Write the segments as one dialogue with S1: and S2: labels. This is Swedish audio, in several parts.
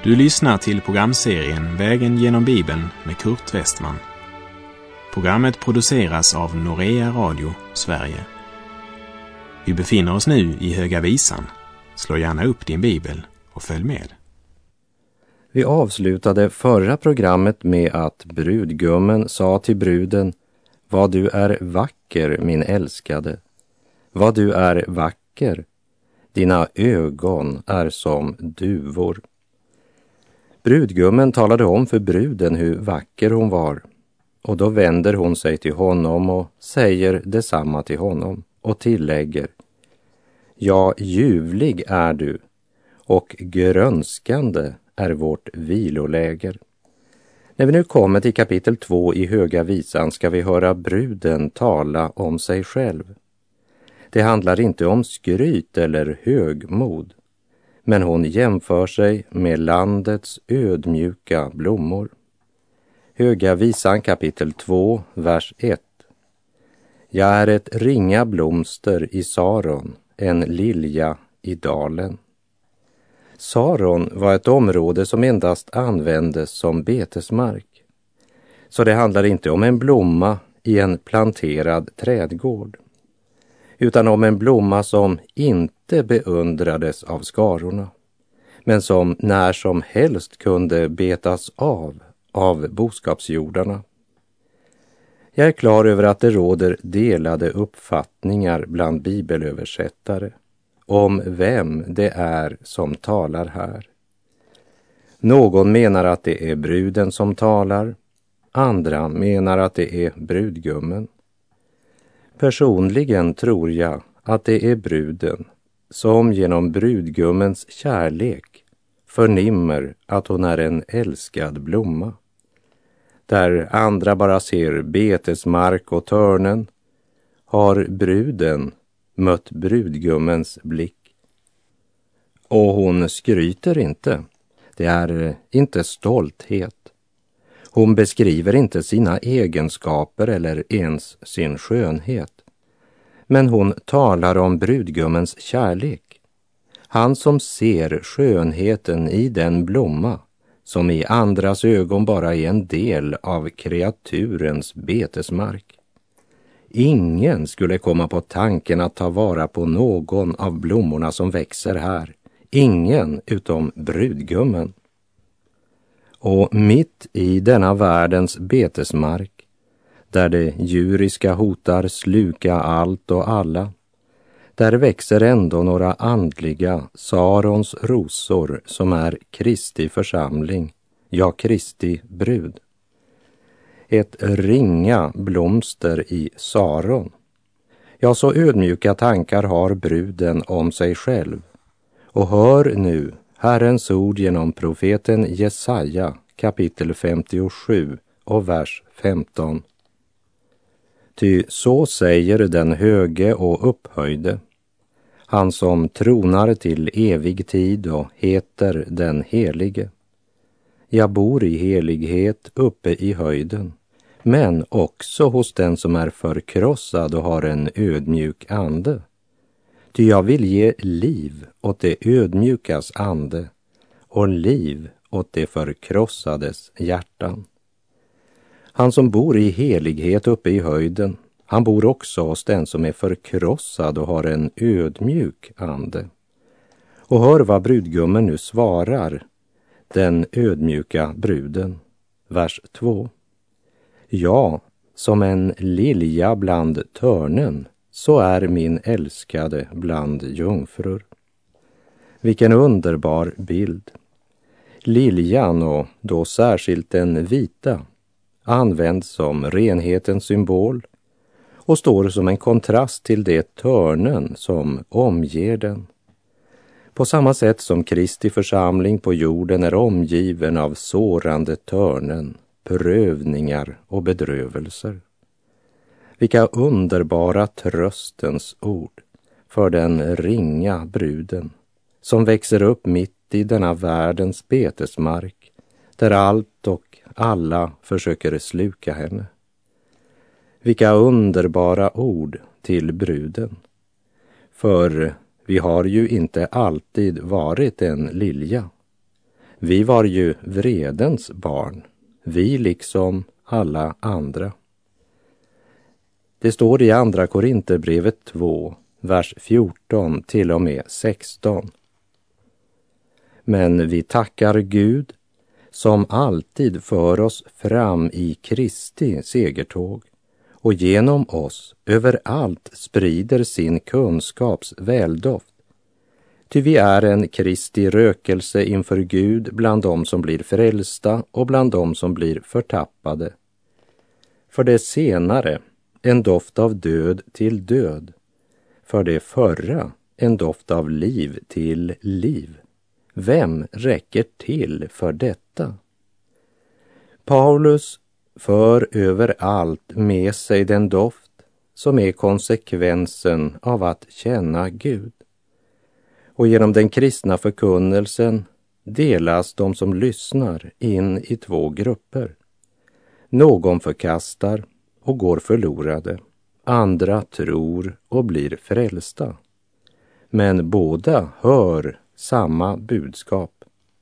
S1: Du lyssnar till programserien Vägen genom Bibeln med Kurt Westman. Programmet produceras av Norea Radio, Sverige. Vi befinner oss nu i Höga Visan. Slå gärna upp din bibel och följ med.
S2: Vi avslutade förra programmet med att brudgummen sa till bruden: Vad du är vacker, min älskade. Vad du är vacker. Dina ögon är som duvor. Brudgummen talade om för bruden hur vacker hon var. Och då vänder hon sig till honom och säger detsamma till honom och tillägger: Ja, ljuvlig är du, och grönskande är vårt viloläger. När vi nu kommer till kapitel 2 i Höga Visan ska vi höra bruden tala om sig själv. Det handlar inte om skryt eller högmod, men hon jämför sig med landets ödmjuka blommor. Höga Visan kapitel 2, vers 1. Jag är ett ringa blomster i Saron, en lilja i dalen. Saron var ett område som endast användes som betesmark. Så det handlar inte om en blomma i en planterad trädgård, utan om en blomma som inte beundrades av skarorna, men som när som helst kunde betas av boskapsjordarna. Jag är klar över att det råder delade uppfattningar bland bibelöversättare om vem det är som talar här. Någon menar att det är bruden som talar, andra menar att det är brudgummen. Personligen tror jag att det är bruden som genom brudgummens kärlek förnimmer att hon är en älskad blomma. Där andra bara ser betesmark och törnen har bruden mött brudgummens blick. Och hon skryter inte. Det är inte stolthet. Hon beskriver inte sina egenskaper eller ens sin skönhet. Men hon talar om brudgummens kärlek. Han som ser skönheten i den blomma som i andras ögon bara är en del av kreaturens betesmark. Ingen skulle komma på tanken att ta vara på någon av blommorna som växer här. Ingen utom brudgummen. Och mitt i denna världens betesmark, där det djuriska hotar sluka allt och alla, där växer ändå några andliga Sarons rosor som är Kristi församling, ja, Kristi brud. Ett ringa blomster i Saron. Ja, så ödmjuka tankar har bruden om sig själv. Och hör nu Herrens ord genom profeten Jesaja kapitel 57 och vers 15. Ty så säger den höge och upphöjde, han som tronar till evig tid och heter den helige. Jag bor i helighet uppe i höjden, men också hos den som är förkrossad och har en ödmjuk ande. Ty jag vill ge liv åt det ödmjukas ande och liv åt det förkrossades hjärtan. Han som bor i helighet uppe i höjden, han bor också hos den som är förkrossad och har en ödmjuk ande. Och hör vad brudgummen nu svarar den ödmjuka bruden. Vers 2. Ja, som en lilja bland törnen, så är min älskade bland jungfrur. Vilken underbar bild. Liljan, och då särskilt den vita, används som renhetens symbol och står som en kontrast till det törnen som omger den. På samma sätt som Kristi församling på jorden är omgiven av sårande törnen, prövningar och bedrövelser. Vilka underbara tröstens ord för den ringa bruden som växer upp mitt i denna världens betesmark, där allt och alla försöker sluka henne. Vilka underbara ord till bruden. För vi har ju inte alltid varit en lilja. Vi var ju vredens barn, vi liksom alla andra. Det står i Andra Korinthierbrevet 2, vers 14 till och med 16. Men vi tackar Gud som alltid för oss fram i Kristi segertåg och genom oss överallt sprider sin kunskaps väldoft. Ty vi är en Kristi rökelse inför Gud bland dem som blir frälsta och bland dem som blir förtappade. För det senare en doft av död till död, för det förra en doft av liv till liv. Vem räcker till för detta? Paulus för överallt med sig den doft som är konsekvensen av att känna Gud. Och genom den kristna förkunnelsen delas de som lyssnar in i två grupper. Någon förkastar och går förlorade, andra tror och blir frälsta. Men båda hör samma budskap.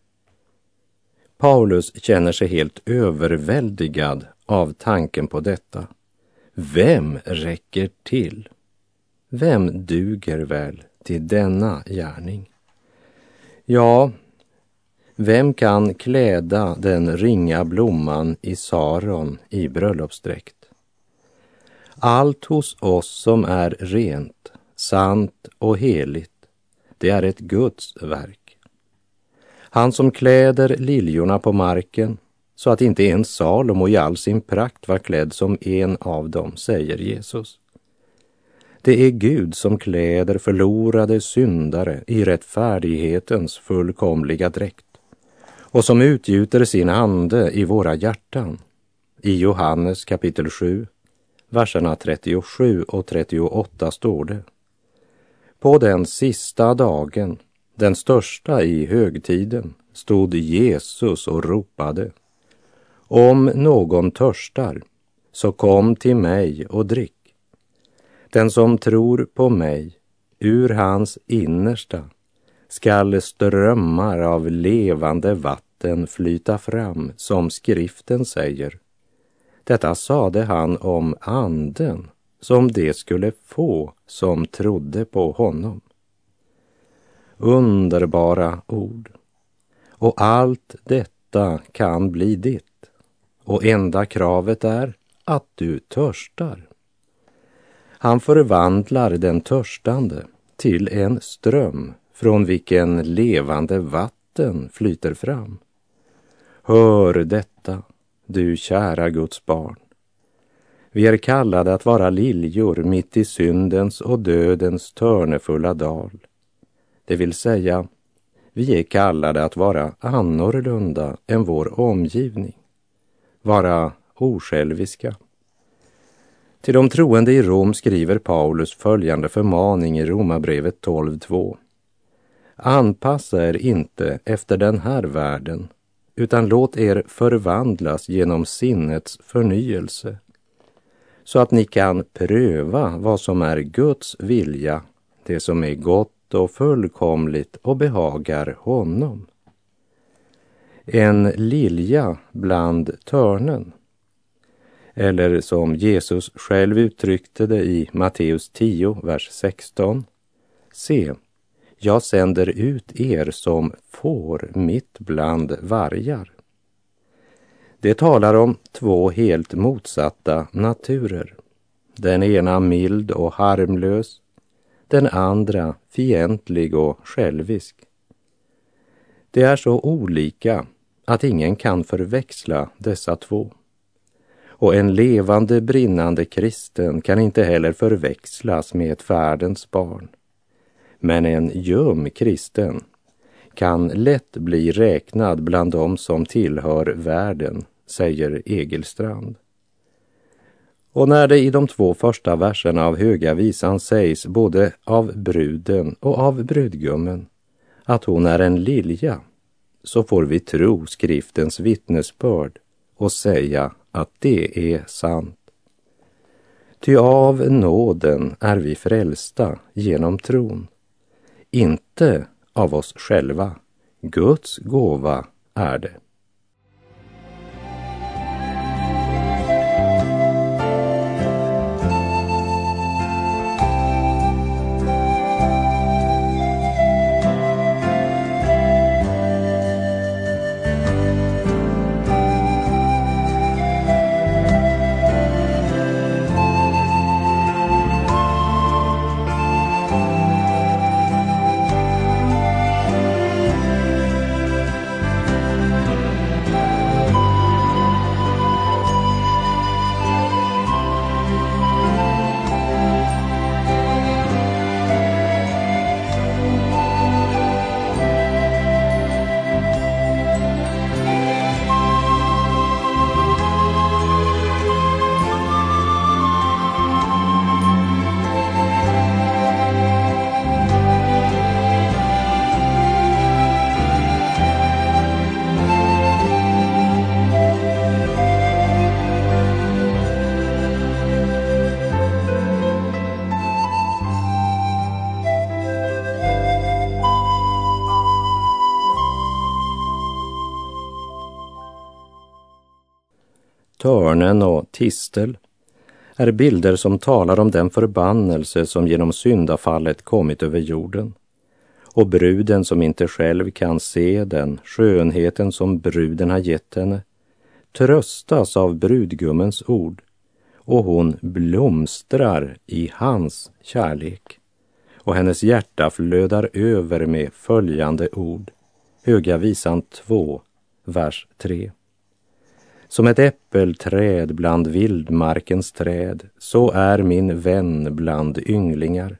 S2: Paulus känner sig helt överväldigad av tanken på detta. Vem räcker till? Vem duger väl till denna gärning? Ja, vem kan kläda den ringa blomman i Saron i bröllopsdräkt? Allt hos oss som är rent, sant och heligt, det är ett Guds verk. Han som kläder liljorna på marken, så att inte ens Salomo i all sin prakt var klädd som en av dem, säger Jesus. Det är Gud som kläder förlorade syndare i rättfärdighetens fullkomliga dräkt och som utgjuter sin ande i våra hjärtan. I Johannes kapitel 7, verserna 37 och 38 står det: På den sista dagen, den största i högtiden, stod Jesus och ropade: Om någon törstar, så kom till mig och drick. Den som tror på mig, ur hans innersta skall strömmar av levande vatten flyta fram, som skriften säger. Detta sade han om anden som det skulle få som trodde på honom. Underbara ord. Och allt detta kan bli ditt. Och enda kravet är att du törstar. Han förvandlar den törstande till en ström från vilken levande vatten flyter fram. Hör detta, du kära Guds barn. Vi är kallade att vara liljor mitt i syndens och dödens törnefulla dal. Det vill säga, vi är kallade att vara annorlunda än vår omgivning. Vara osjälviska. Till de troende i Rom skriver Paulus följande förmaning i Romarbrevet 12:2. Anpassa er inte efter den här världen, utan låt er förvandlas genom sinnets förnyelse, så att ni kan pröva vad som är Guds vilja, det som är gott och fullkomligt och behagar honom. En lilja bland törnen. Eller som Jesus själv uttryckte det i Matteus 10, vers 16. Se, jag sänder ut er som får mitt bland vargar. Det talar om två helt motsatta naturer. Den ena mild och harmlös, den andra fientlig och självisk. Det är så olika att ingen kan förväxla dessa två. Och en levande, brinnande kristen kan inte heller förväxlas med ett färdens barn. Men en ljum kristen kan lätt bli räknad bland dem som tillhör världen, säger Egelstrand. Och när det i de 2 första verserna av Höga visan sägs både av bruden och av brudgummen att hon är en lilja, så får vi tro skriftens vittnesbörd och säga att det är sant. Ty av nåden är vi frälsta genom tron, inte av oss själva. Guds gåva är det. Törnen och tistel är bilder som talar om den förbannelse som genom syndafallet kommit över jorden, och bruden som inte själv kan se den skönheten som bruden har gett henne tröstas av brudgummens ord, och hon blomstrar i hans kärlek, och hennes hjärta flödar över med följande ord. Höga visan 2, vers 3. Som ett äppelträd bland vildmarkens träd, så är min vän bland ynglingar.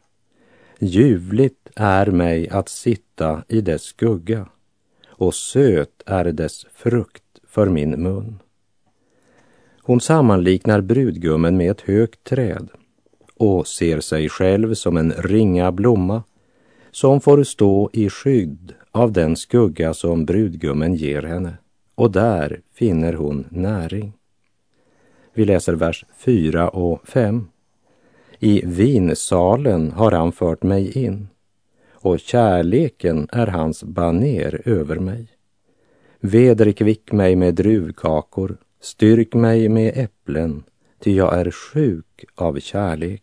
S2: Ljuvligt är mig att sitta i dess skugga, och söt är dess frukt för min mun. Hon sammanliknar brudgummen med ett högt träd och ser sig själv som en ringa blomma som får stå i skydd av den skugga som brudgummen ger henne. Och där finner hon näring. Vi läser vers 4 och 5. I vinsalen har han fört mig in, och kärleken är hans baner över mig. Vederkvick mig med druvkakor, styrk mig med äpplen, ty jag är sjuk av kärlek.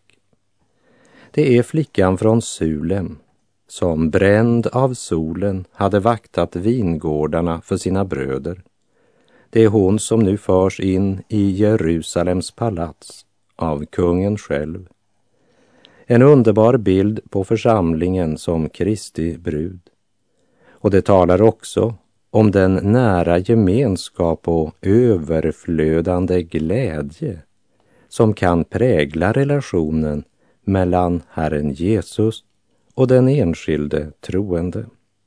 S2: Det är flickan från Sulem, som bränd av solen hade vaktat vingårdarna för sina bröder. Det är hon som nu förs in i Jerusalems palats av kungen själv. En underbar bild på församlingen som Kristi brud. Och det talar också om den nära gemenskap och överflödande glädje som kan prägla relationen mellan Herren Jesus och den enskilde troende.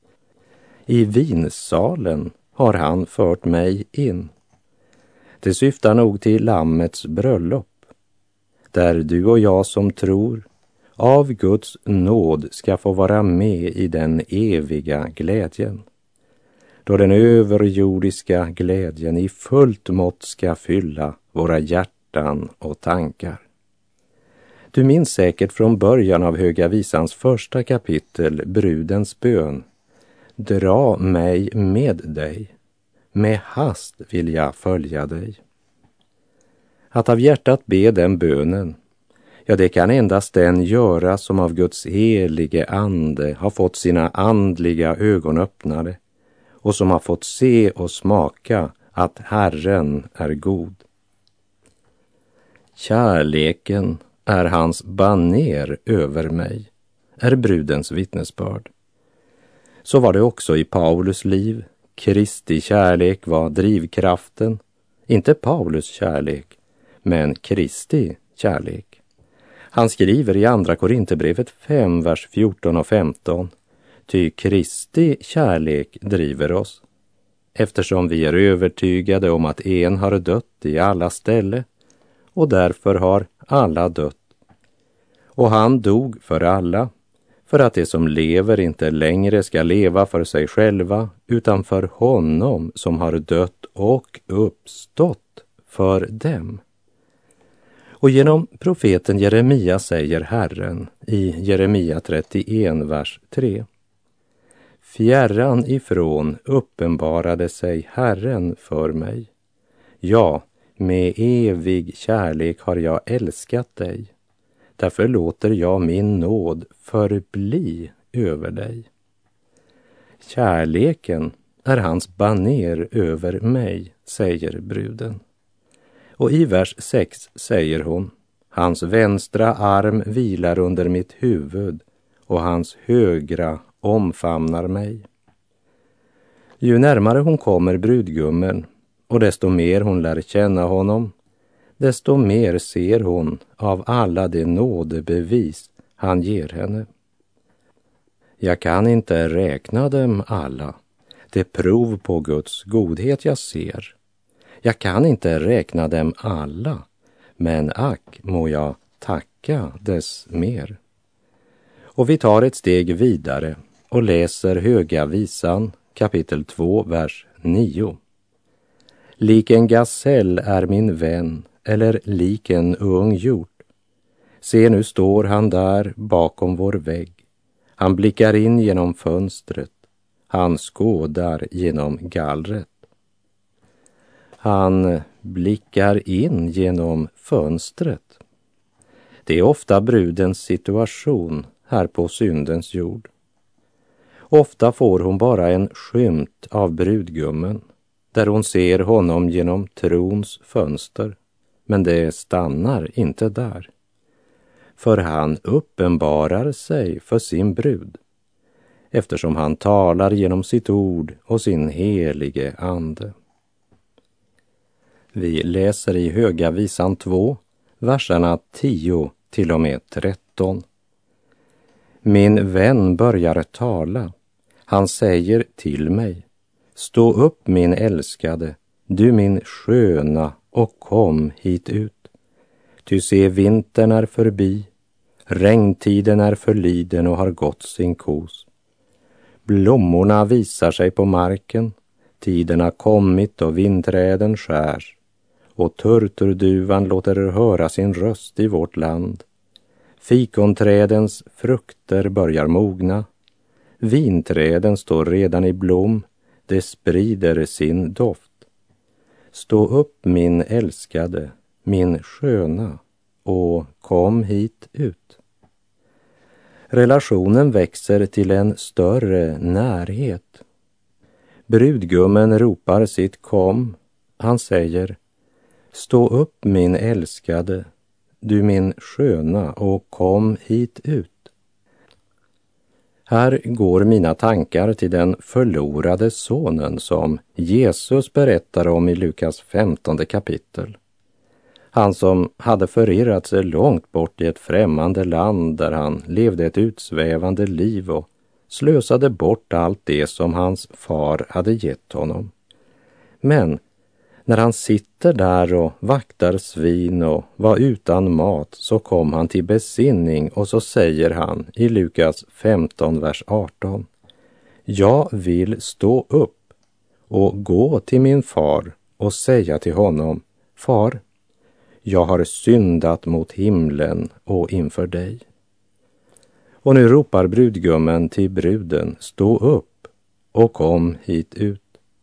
S2: I vinsalen har han fört mig in. Det syftar nog till Lammets bröllop, där du och jag som tror av Guds nåd ska få vara med i den eviga glädjen, då den överjordiska glädjen i fullt mått ska fylla våra hjärtan och tankar. Du minns säkert från början av Höga visans första kapitel brudens bön. Dra mig med dig, med hast vill jag följa dig. Att av hjärtat be den bönen, ja, det kan endast den göra som av Guds helige ande har fått sina andliga ögon öppnade och som har fått se och smaka att Herren är god. Kärleken är hans baner över mig, är brudens vittnesbörd. Så var det också i Paulus liv. Kristi kärlek var drivkraften, inte Paulus kärlek, men Kristi kärlek. Han skriver i andra Korinthierbrevet 5, vers 14 och 15. Ty Kristi kärlek driver oss, eftersom vi är övertygade om att en har dött i alla ställe, och därför har alla dött. Och han dog för alla, för att de som lever inte längre ska leva för sig själva, utan för honom som har dött och uppstått för dem. Och genom profeten Jeremia säger Herren i Jeremia 31, vers 3. Fjärran ifrån uppenbarade sig Herren för mig. Ja, med evig kärlek har jag älskat dig. Därför låter jag min nåd förbli över dig. Kärleken är hans baner över mig, säger bruden. Och i vers 6 säger hon: hans vänstra arm vilar under mitt huvud och hans högra omfamnar mig. Ju närmare hon kommer brudgummen och desto mer hon lär känna honom, desto mer ser hon av alla de nådebevis han ger henne. Jag kan inte räkna dem alla, det prov på Guds godhet jag ser. Jag kan inte räkna dem alla, men ack må jag tacka dess mer. Och vi tar ett steg vidare och läser Höga visan, kapitel 2, vers 9. Lik en gasell är min vän, eller lik en ung hjort. Se, nu står han där bakom vår vägg. Han blickar in genom fönstret. Han skådar genom gallret. Han blickar in genom fönstret. Det är ofta brudens situation här på syndens jord. Ofta får hon bara en skymt av brudgummen, där hon ser honom genom trons fönster. Men det stannar inte där. För han uppenbarar sig för sin brud, eftersom han talar genom sitt ord och sin helige ande. Vi läser i Höga visan 2, verserna 10 till och med 13. Min vän börjar tala. Han säger till mig: stå upp, min älskade, du min sköna, och kom hit ut. Ty se, vintern är förbi, regntiden är förliden och har gått sin kos. Blommorna visar sig på marken, tiden har kommit och vindträden skärs, och turturduvan låter höra sin röst i vårt land. Fikonträdens frukter börjar mogna, vinträden står redan i blom, det sprider sin doft. Stå upp, min älskade, min sköna, och kom hit ut. Relationen växer till en större närhet. Brudgummen ropar sitt kom. Han säger: stå upp, min älskade, du min sköna, och kom hit ut. Här går mina tankar till den förlorade sonen som Jesus berättar om i Lukas 15 kapitel. Han som hade förirrat sig långt bort i ett främmande land där han levde ett utsvävande liv och slösade bort allt det som hans far hade gett honom. Men när han sitter där och vaktar svin och var utan mat, så kom han till besinning och så säger han i Lukas 15, vers 18: jag vill stå upp och gå till min far och säga till honom: far, jag har syndat mot himlen och inför dig. Och nu ropar brudgummen till bruden: stå upp och kom hit ut.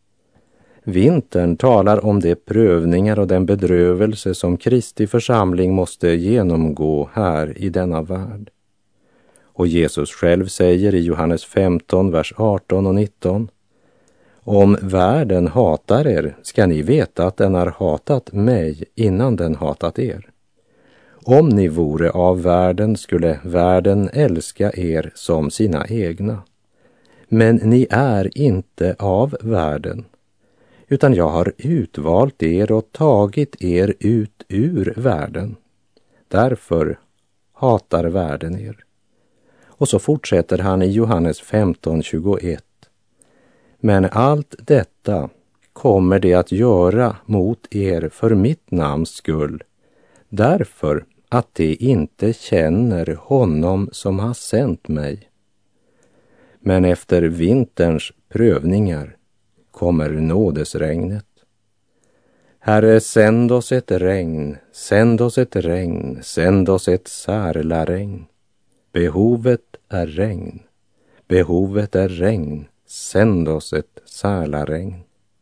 S2: Vintern talar om de prövningar och den bedrövelse som Kristi församling måste genomgå här i denna värld. Och Jesus själv säger i Johannes 15, vers 18 och 19: om världen hatar er ska ni veta att den har hatat mig innan den hatat er. Om ni vore av världen skulle världen älska er som sina egna. Men ni är inte av världen, utan jag har utvalt er och tagit er ut ur världen. Därför hatar världen er. Och så fortsätter han i Johannes 15:21. Men allt detta kommer det att göra mot er för mitt namns skull, därför att de inte känner honom som har sänt mig. Men efter vinterns prövningar kommer nådesregnet. Herre, sänd oss ett regn, sänd oss ett regn, sänd oss ett särla regn. Behovet är regn, behovet är regn, sänd oss ett särlaregn.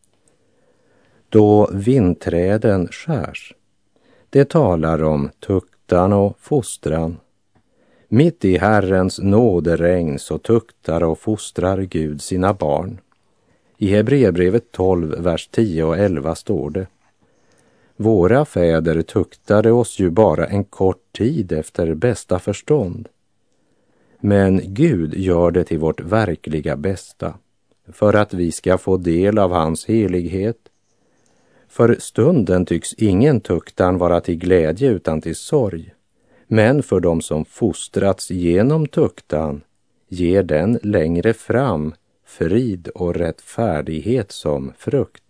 S2: Då vindträden skärs, det talar om tuktan och fostran. Mitt i Herrens nåderegn så tuktar och fostrar Gud sina barn. I Hebreerbrevet 12, vers 10 och 11 står det: våra fäder tuktade oss ju bara en kort tid efter bästa förstånd. Men Gud gör det till vårt verkliga bästa, för att vi ska få del av hans helighet. För stunden tycks ingen tuktan vara till glädje utan till sorg. Men för dem som fostrats genom tuktan ger den längre fram frid och rättfärdighet som frukt.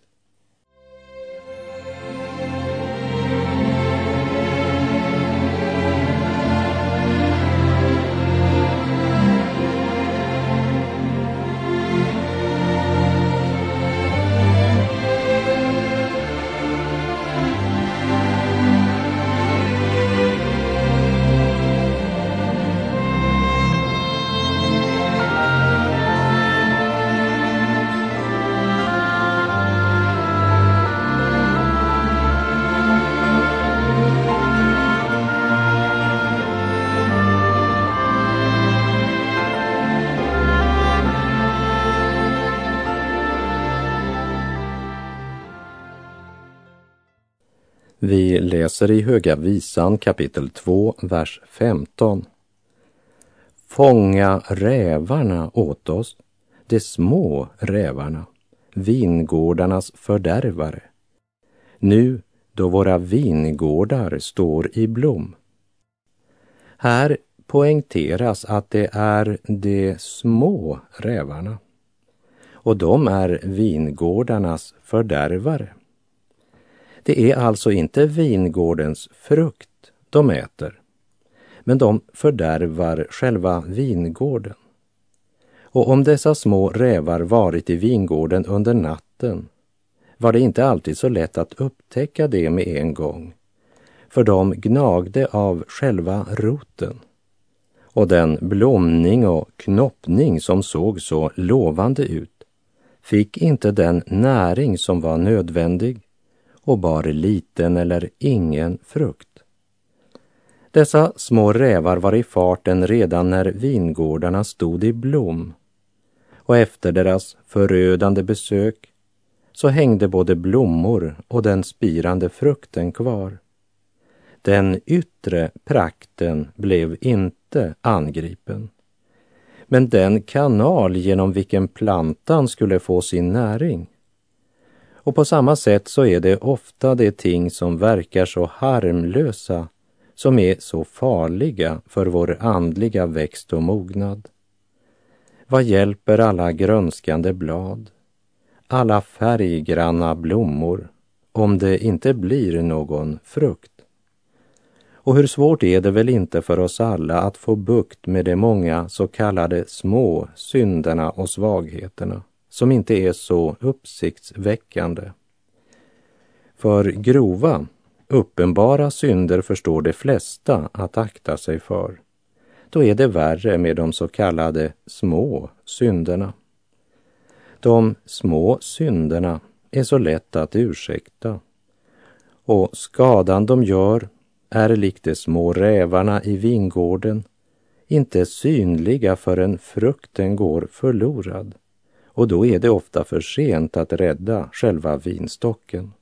S2: Vi läser i Höga visan kapitel 2, vers 15. Fånga rävarna åt oss, de små rävarna, vingårdarnas fördärvare. Nu då våra vingårdar står i blom. Här poängteras att det är de små rävarna, och de är vingårdarnas fördärvare. Det är alltså inte vingårdens frukt de äter, men de fördärvar själva vingården. Och om dessa små rävar varit i vingården under natten var det inte alltid så lätt att upptäcka det med en gång, för de gnagde av själva roten. Och den blomning och knoppning som såg så lovande ut fick inte den näring som var nödvändig och bar liten eller ingen frukt. Dessa små rävar var i farten redan när vingårdarna stod i blom, och efter deras förödande besök så hängde både blommor och den spirande frukten kvar. Den yttre prakten blev inte angripen, men den kanal genom vilken plantan skulle få sin näring. Och på samma sätt så är det ofta de ting som verkar så harmlösa som är så farliga för vår andliga växt och mognad. Vad hjälper alla grönskande blad, alla färggranna blommor, om det inte blir någon frukt? Och hur svårt är det väl inte för oss alla att få bukt med de många så kallade små synderna och svagheterna, som inte är så uppsiktsväckande. För grova, uppenbara synder förstår de flesta att akta sig för. Då är det värre med de så kallade små synderna. De små synderna är så lätt att ursäkta, och skadan de gör är likt de små rävarna i vingården inte synliga förrän frukten går förlorad. Och då är det ofta för sent att rädda själva vinstocken.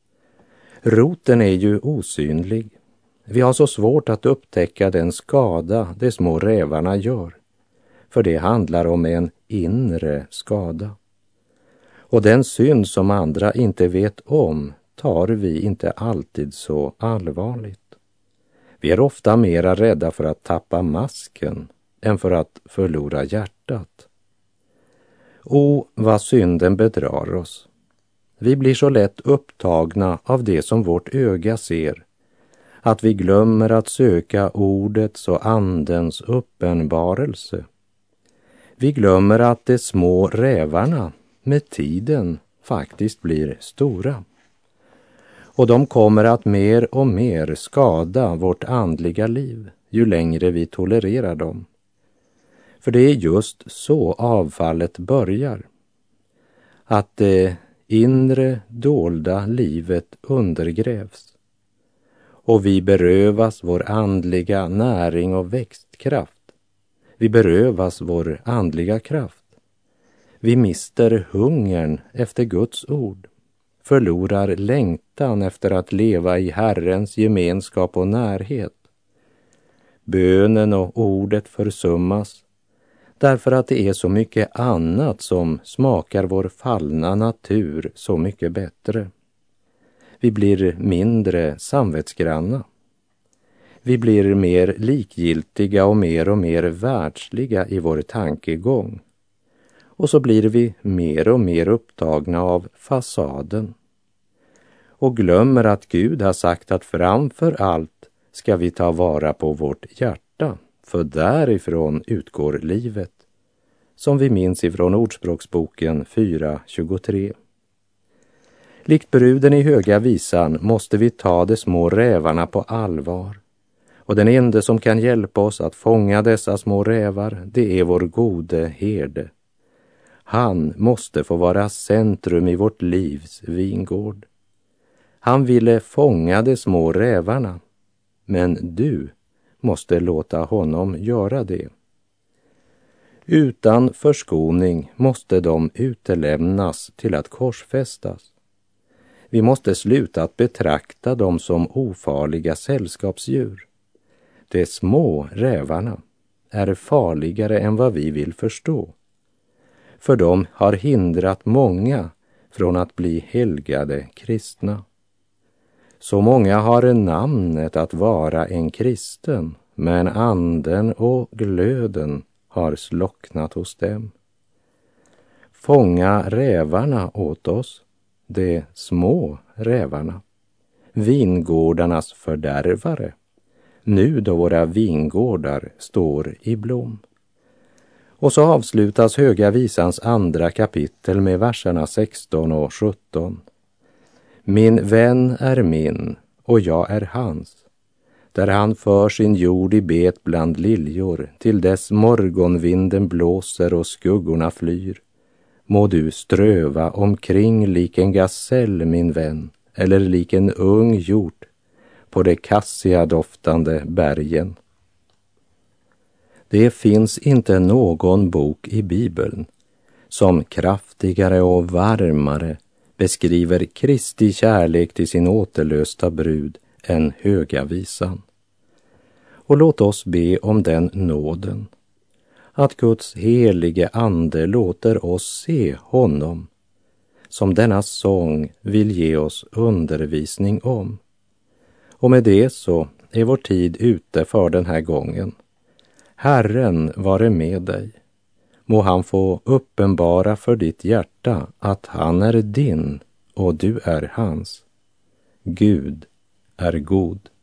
S2: Roten är ju osynlig. Vi har så svårt att upptäcka den skada de små rävarna gör, för det handlar om en inre skada. Och den synd som andra inte vet om tar vi inte alltid så allvarligt. Vi är ofta mera rädda för att tappa masken än för att förlora hjärtat. Vad synden bedrar oss. Vi blir så lätt upptagna av det som vårt öga ser, att vi glömmer att söka ordets och andens uppenbarelse. Vi glömmer att de små rävarna med tiden faktiskt blir stora. Och de kommer att mer och mer skada vårt andliga liv ju längre vi tolererar dem. För det är just så avfallet börjar, att det inre dolda livet undergrävs och vi berövas vår andliga näring och växtkraft. Vi berövas vår andliga kraft. Vi mister hungern efter Guds ord, förlorar längtan efter att leva i Herrens gemenskap och närhet. Bönen och ordet försummas därför att det är så mycket annat som smakar vår fallna natur så mycket bättre. Vi blir mindre samvetsgranna. Vi blir mer likgiltiga och mer världsliga i vår tankegång. Och så blir vi mer och mer upptagna av fasaden. Och glömmer att Gud har sagt att framför allt ska vi ta vara på vårt hjärta, för därifrån utgår livet. Som vi minns ifrån Ordspråksboken 4:23. Likt bruden i Höga visan måste vi ta de små rävarna på allvar. Och den enda som kan hjälpa oss att fånga dessa små rävar, det är vår gode herde. Han måste få vara centrum i vårt livs vingård. Han ville fånga de små rävarna, men du måste låta honom göra det. Utan förskoning måste de utelämnas till att korsfästas. Vi måste sluta att betrakta dem som ofarliga sällskapsdjur. De små rävarna är farligare än vad vi vill förstå. För de har hindrat många från att bli helgade kristna. Så många har namnet att vara en kristen, men anden och glöden har slocknat hos dem. Fånga rävarna åt oss, de små rävarna, vingårdarnas fördärvare, nu då våra vingårdar står i blom. Och så avslutas Höga visans 2 kapitel med verserna 16 och 17. Min vän är min och jag är hans, där han för sin jord i bet bland liljor, till dess morgonvinden blåser och skuggorna flyr. Må du ströva omkring lik en gasell, min vän, eller lik en ung hjort på de kassiga doftande bergen. Det finns inte någon bok i Bibeln som kraftigare och varmare beskriver Kristi kärlek till sin återlösta brud än Höga visan. Och låt oss be om den nåden, att Guds helige ande låter oss se honom, som denna sång vill ge oss undervisning om. Och med det så är vår tid ute för den här gången. Herren vare med dig. Må han få uppenbara för ditt hjärta att han är din och du är hans. Gud är god.